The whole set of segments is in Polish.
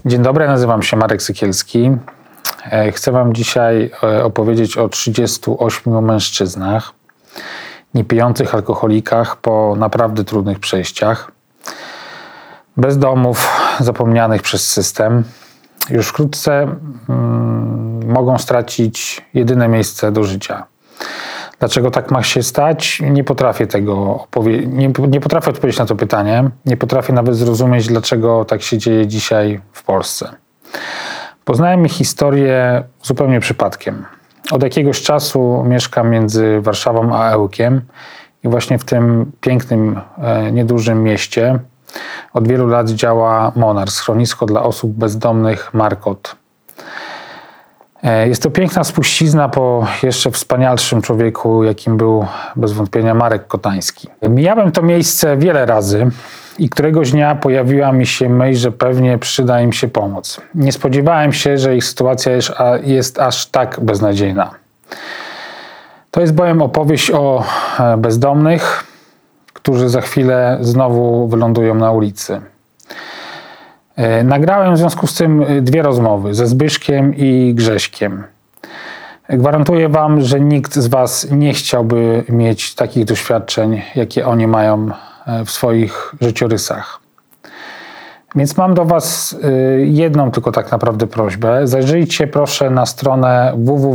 Dzień dobry, nazywam się Marek Sykielski. Chcę Wam dzisiaj opowiedzieć o 38 mężczyznach niepijących alkoholikach po naprawdę trudnych przejściach, bez domów, zapomnianych przez system. Już wkrótce mogą stracić jedyne miejsce do życia. Dlaczego tak ma się stać? Nie potrafię nie potrafię odpowiedzieć na to pytanie. Nie potrafię nawet zrozumieć, dlaczego tak się dzieje dzisiaj w Polsce. Poznałem ich historię zupełnie przypadkiem. Od jakiegoś czasu mieszkam między Warszawą a Ełkiem i właśnie w tym pięknym, niedużym mieście od wielu lat działa Monar, schronisko dla osób bezdomnych Markot. Jest to piękna spuścizna po jeszcze wspanialszym człowieku, jakim był bez wątpienia Marek Kotański. Mijałem to miejsce wiele razy i któregoś dnia pojawiła mi się myśl, że pewnie przyda im się pomoc. Nie spodziewałem się, że ich sytuacja jest aż tak beznadziejna. To jest bowiem opowieść o bezdomnych, którzy za chwilę znowu wylądują na ulicy. Nagrałem w związku z tym 2 rozmowy ze Zbyszkiem i Grześkiem. Gwarantuję Wam, że nikt z Was nie chciałby mieć takich doświadczeń, jakie oni mają w swoich życiorysach. Więc mam do Was jedną tylko tak naprawdę prośbę. Zajrzyjcie proszę na stronę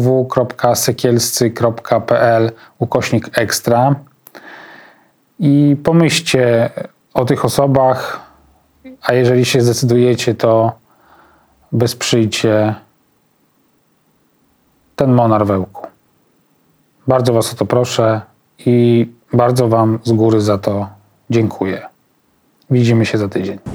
www.sykielscy.pl/extra i pomyślcie o tych osobach, a jeżeli się zdecydujecie, to wesprzyjcie ten Monar w Ełku. Bardzo Was o to proszę i bardzo Wam z góry za to dziękuję. Widzimy się za tydzień.